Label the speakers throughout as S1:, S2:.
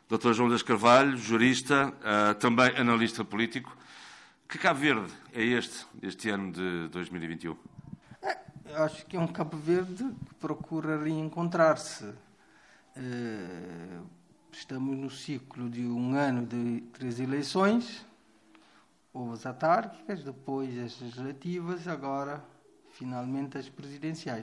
S1: Dr. João Dias Carvalho, jurista, também analista político. Que Cabo Verde é este ano de 2021?
S2: Eu acho que é um Cabo Verde que procura reencontrar-se. Estamos no ciclo de um ano de 3 eleições. Houve as autárquicas, depois as legislativas, agora, finalmente, as presidenciais.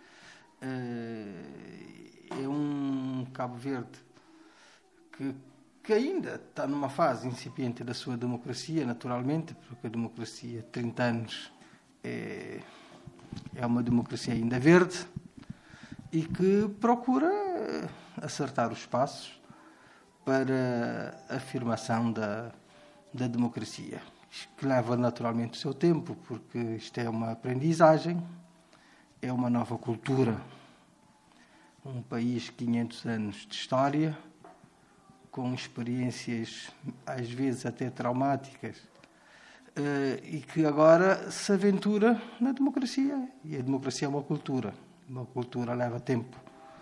S2: É um Cabo Verde que ainda está numa fase incipiente da sua democracia, naturalmente, porque a democracia, 30 anos, é uma democracia ainda verde e que procura acertar os passos para a afirmação da democracia, que leva naturalmente o seu tempo, porque isto é uma aprendizagem, é uma nova cultura, um país de 500 anos de história, com experiências às vezes até traumáticas, e que agora se aventura na democracia. E a democracia é uma cultura leva tempo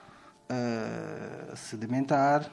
S2: a sedimentar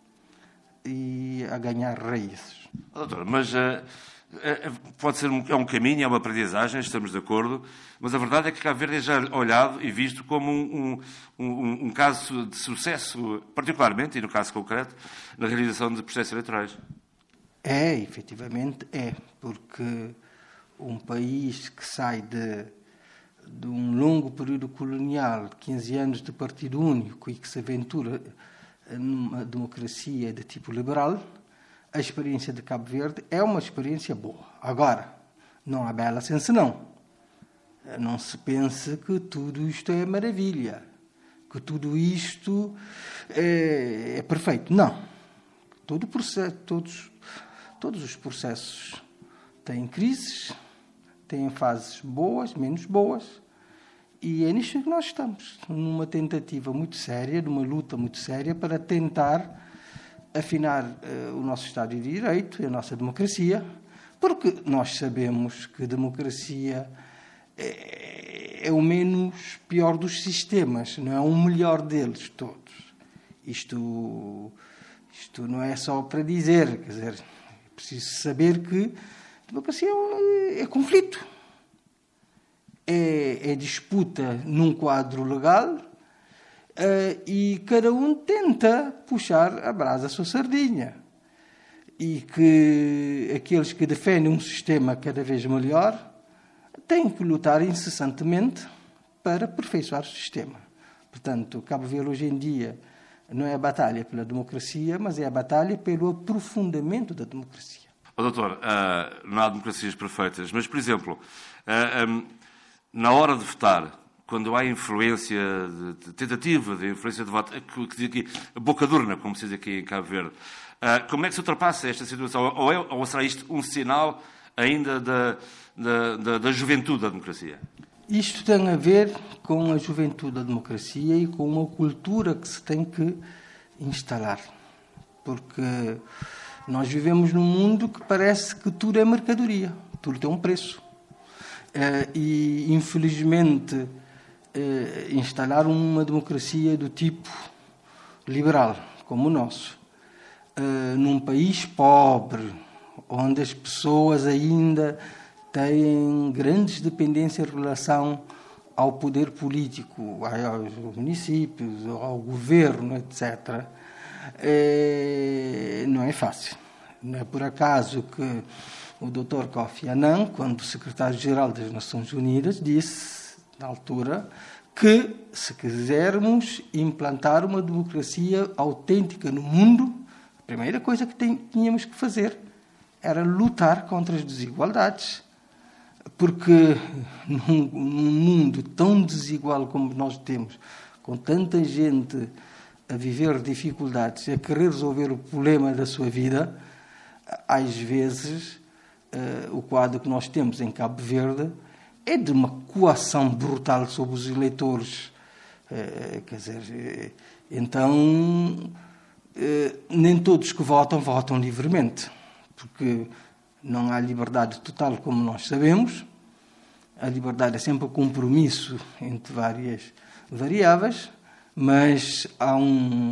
S2: e a ganhar raízes.
S1: Doutor, mas pode ser um caminho, é uma aprendizagem, estamos de acordo, mas a verdade é que Cabo Verde é já olhado e visto como um caso de sucesso, particularmente, e no caso concreto, na realização de processos eleitorais.
S2: Efetivamente porque um país que sai de um longo período colonial, 15 anos de partido único, e que se aventura numa democracia de tipo liberal, a experiência de Cabo Verde é uma experiência boa. Agora, não há bela sem senão. Não se pense que tudo isto é maravilha, que tudo isto é perfeito. Não. Todos os processos têm crises, têm fases boas, menos boas, e é nisto que nós estamos, numa tentativa muito séria, numa luta muito séria para tentar afinar o nosso Estado de Direito e a nossa democracia, porque nós sabemos que a democracia é o menos pior dos sistemas, não é o melhor deles todos. Isto não é só para dizer, quer dizer, é preciso saber que a democracia é conflito, é disputa num quadro legal, e cada um tenta puxar a brasa à sua sardinha. E que aqueles que defendem um sistema cada vez melhor têm que lutar incessantemente para aperfeiçoar o sistema. Portanto, Cabo Verde hoje em dia não é a batalha pela democracia, mas é a batalha pelo aprofundamento da democracia.
S1: Doutor, não há democracias perfeitas, mas, por exemplo, na hora de votar, quando há influência, tentativa de influência de voto, que diz aqui, boca de urna, como se diz aqui em Cabo Verde, como é que se ultrapassa esta situação? Ou será isto um sinal ainda da juventude da democracia?
S2: Isto tem a ver com a juventude da democracia e com uma cultura que se tem que instalar. Porque nós vivemos num mundo que parece que tudo é mercadoria, tudo tem um preço. E, infelizmente, instalar uma democracia do tipo liberal, como o nosso, num país pobre, onde as pessoas ainda têm grandes dependências em relação ao poder político, aos municípios, ao governo, etc., não é fácil. Não é por acaso que o Dr. Kofi Annan, quando secretário-geral das Nações Unidas, disse, na altura, que se quisermos implantar uma democracia autêntica no mundo, a primeira coisa que tínhamos que fazer era lutar contra as desigualdades. Porque num mundo tão desigual como nós temos, com tanta gente a viver dificuldades, a querer resolver o problema da sua vida, às vezes o quadro que nós temos em Cabo Verde é de uma coação brutal sobre os eleitores. Quer dizer, então, nem todos que votam livremente, porque não há liberdade total, como nós sabemos. A liberdade é sempre um compromisso entre várias variáveis, mas há um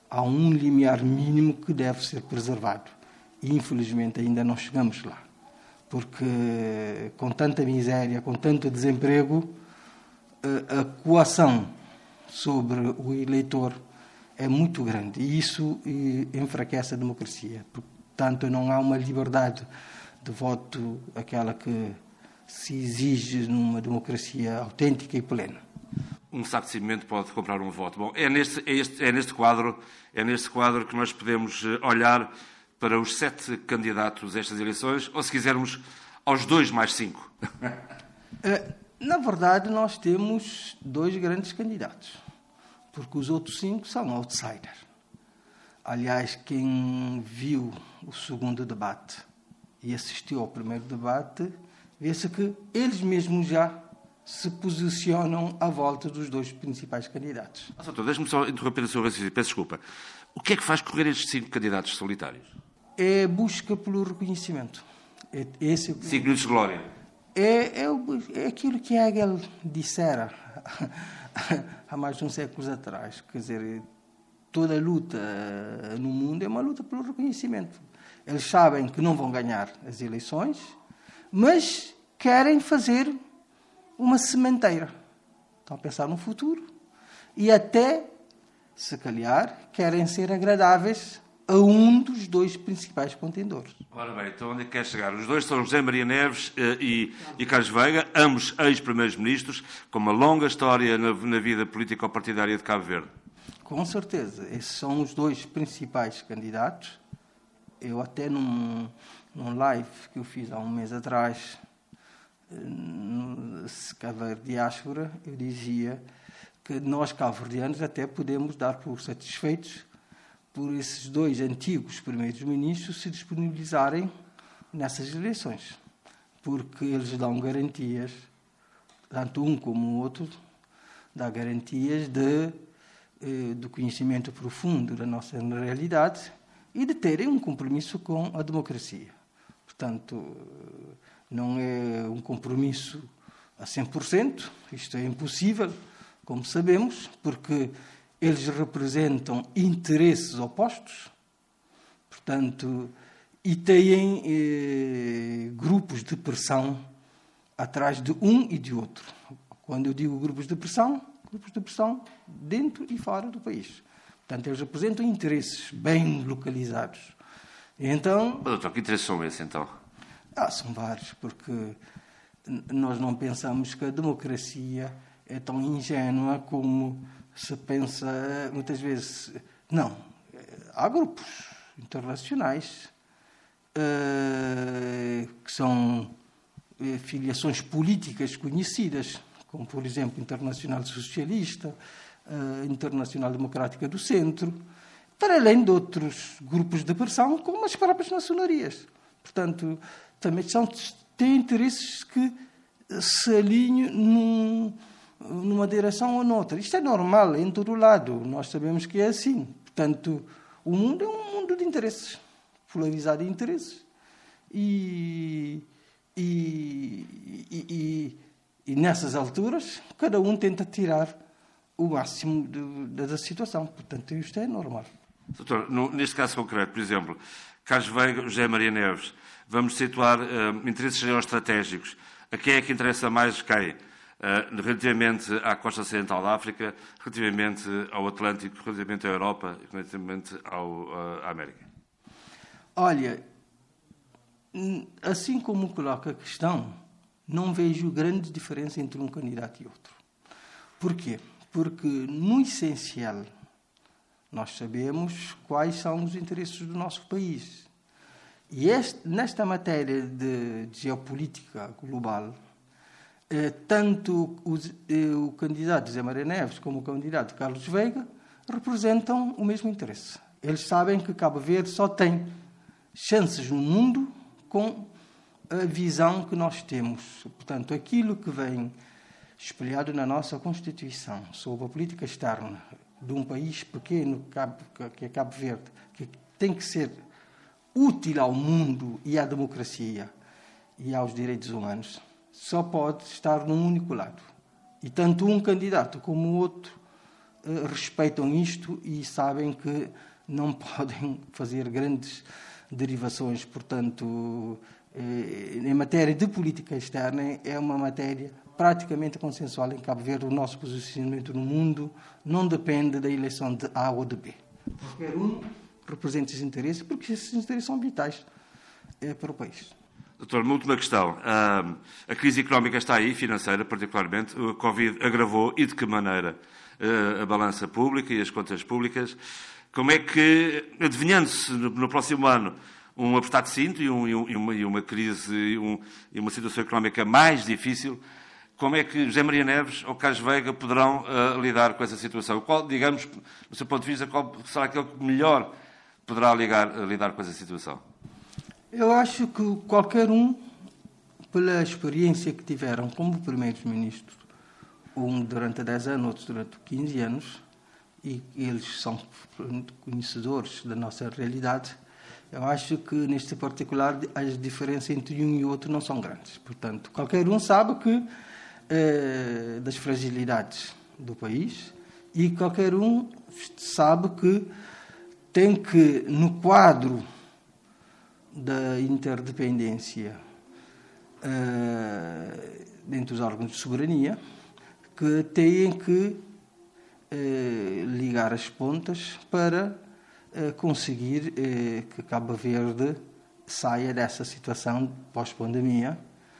S2: há um limiar mínimo que deve ser preservado. E, infelizmente, ainda não chegamos lá. Porque, com tanta miséria, com tanto desemprego, a coação sobre o eleitor é muito grande. E isso enfraquece a democracia. Portanto, não há uma liberdade de voto, aquela que se exige numa democracia autêntica e plena.
S1: Um saco de cimento pode comprar um voto. Bom, é neste quadro que nós podemos olhar para os 7 candidatos a estas eleições, ou, se quisermos, aos 2 mais 5.
S2: Na verdade, nós temos 2 grandes candidatos, porque os outros 5 são outsiders. Aliás, quem viu o segundo debate e assistiu ao primeiro debate, vê-se que eles mesmos já se posicionam à volta dos 2 principais candidatos.
S1: Doutor, deixe-me só interromper a sua raciocínio. Peço desculpa. O que é que faz correr estes 5 candidatos solitários?
S2: É a busca pelo reconhecimento.
S1: 5 minutos de glória.
S2: É aquilo que Hegel dissera há mais de uns séculos atrás. Quer dizer, toda luta no mundo é uma luta pelo reconhecimento. Eles sabem que não vão ganhar as eleições, mas querem fazer uma sementeira. Estão a pensar no futuro e até, se calhar, querem ser agradáveis a um dos 2 principais contendores.
S1: Ora bem, então onde é que quer chegar? Os 2 são José Maria Neves e Carlos Veiga, ambos ex-primeiros-ministros, com uma longa história na vida político-partidária de Cabo Verde.
S2: Com certeza. Esses são os 2 principais candidatos. Eu até num live que eu fiz há um mês atrás, no Cabo Verde Diáspora, eu dizia que nós, cabo-verdianos, até podemos dar por satisfeitos por esses 2 antigos primeiros-ministros se disponibilizarem nessas eleições, porque eles dão garantias, tanto um como o outro, dá garantias do conhecimento profundo da nossa realidade e de terem um compromisso com a democracia. Portanto, não é um compromisso a 100%, isto é impossível, como sabemos, porque eles representam interesses opostos, portanto, e têm grupos de pressão atrás de um e de outro. Quando eu digo grupos de pressão dentro e fora do país. Portanto, eles representam interesses bem localizados. Então,
S1: doutor, que interesses são esses, então?
S2: São vários, porque nós não pensamos que a democracia é tão ingênua como se pensa muitas vezes. Não. Há grupos internacionais que são filiações políticas conhecidas, como, por exemplo, Internacional Socialista, Internacional Democrática do Centro, para além de outros grupos de pressão, como as próprias maçonarias. Portanto, também têm interesses que se alinham numa direção ou noutra. Isto é normal, é em todo o lado. Nós sabemos que é assim. Portanto, o mundo é um mundo de interesses, polarizado de interesses. E nessas alturas, cada um tenta tirar o máximo da situação. Portanto, isto é normal.
S1: Doutor, neste caso concreto, por exemplo, Carlos Veiga, José Maria Neves, vamos situar interesses geoestratégicos. A quem é que interessa mais quem? Relativamente à costa ocidental da África, relativamente ao Atlântico, relativamente à Europa e relativamente à América?
S2: Olha, assim como coloca a questão, não vejo grande diferença entre um candidato e outro. Porquê? Porque, no essencial, nós sabemos quais são os interesses do nosso país. E nesta matéria de geopolítica global, tanto o candidato José Maria Neves como o candidato Carlos Veiga representam o mesmo interesse. Eles sabem que Cabo Verde só tem chances no mundo com a visão que nós temos. Portanto, aquilo que vem espelhado na nossa Constituição sobre a política externa de um país pequeno, que é Cabo Verde, que tem que ser útil ao mundo e à democracia e aos direitos humanos, só pode estar num único lado. E tanto um candidato como o outro respeitam isto e sabem que não podem fazer grandes derivações. Portanto, em matéria de política externa, é uma matéria praticamente consensual em Cabo Verde. O nosso posicionamento no mundo não depende da eleição de A ou de B. Qualquer um representa esses interesses, porque esses interesses são vitais para o país.
S1: Doutor, uma última questão. A crise económica está aí, financeira particularmente. O Covid agravou, e de que maneira, a balança pública e as contas públicas. Como é que, adivinhando-se no próximo ano um apertado de cinto e uma crise e uma situação económica mais difícil, como é que José Maria Neves ou Carlos Veiga poderão lidar com essa situação? Qual, digamos, do seu ponto de vista, qual será aquele que melhor poderá lidar com essa situação?
S2: Eu acho que qualquer um, pela experiência que tiveram como primeiros-ministros, um durante 10 anos, outros durante 15 anos, e eles são conhecedores da nossa realidade, eu acho que, neste particular, as diferenças entre um e outro não são grandes. Portanto, qualquer um sabe que das fragilidades do país e qualquer um sabe que tem que, no quadro da interdependência entre os órgãos de soberania, que têm que ligar as pontas para conseguir que Cabo Verde saia dessa situação pós-pandemia,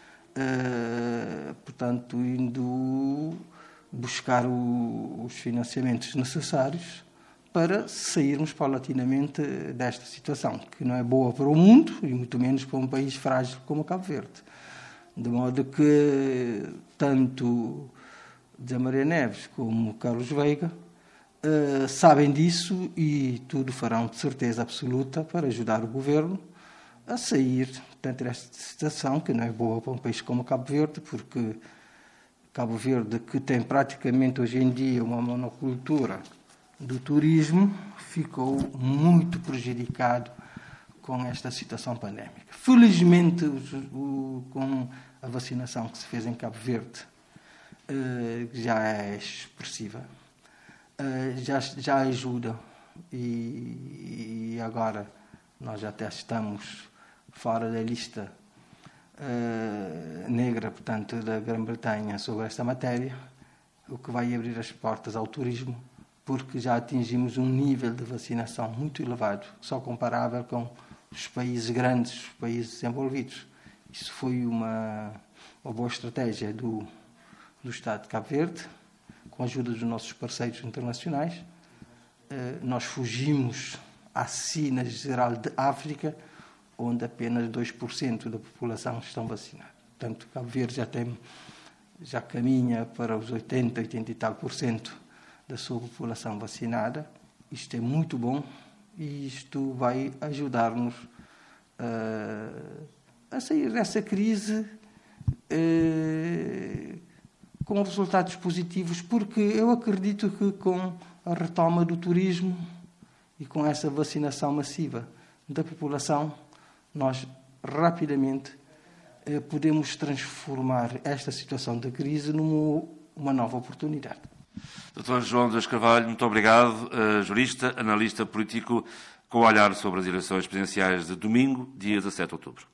S2: portanto, indo buscar os financiamentos necessários para sairmos paulatinamente desta situação, que não é boa para o mundo e muito menos para um país frágil como Cabo Verde. De modo que tanto José Maria Neves como Carlos Veiga sabem disso e tudo farão de certeza absoluta para ajudar o governo a sair desta situação, que não é boa para um país como Cabo Verde, porque Cabo Verde, que tem praticamente hoje em dia uma monocultura do turismo, ficou muito prejudicado com esta situação pandémica. Felizmente, com a vacinação que se fez em Cabo Verde, já é expressiva, já ajuda, e agora nós até estamos fora da lista negra, portanto, da Grã-Bretanha sobre esta matéria, o que vai abrir as portas ao turismo, porque já atingimos um nível de vacinação muito elevado, só comparável com os países grandes, os países desenvolvidos. Isso foi uma boa estratégia do Estado de Cabo Verde, com a ajuda dos nossos parceiros internacionais. Nós fugimos à Sina Geral de África, onde apenas 2% da população estão vacinados. Portanto, Cabo Verde já caminha para os 80 e tal por cento da sua população vacinada. Isto é muito bom e isto vai ajudar-nos a sair dessa crise com resultados positivos, porque eu acredito que com a retoma do turismo e com essa vacinação massiva da população, nós rapidamente podemos transformar esta situação da crise numa nova oportunidade.
S1: Dr. João Dias Carvalho, muito obrigado. Jurista, analista político, com o olhar sobre as eleições presidenciais de domingo, dia 17 de outubro.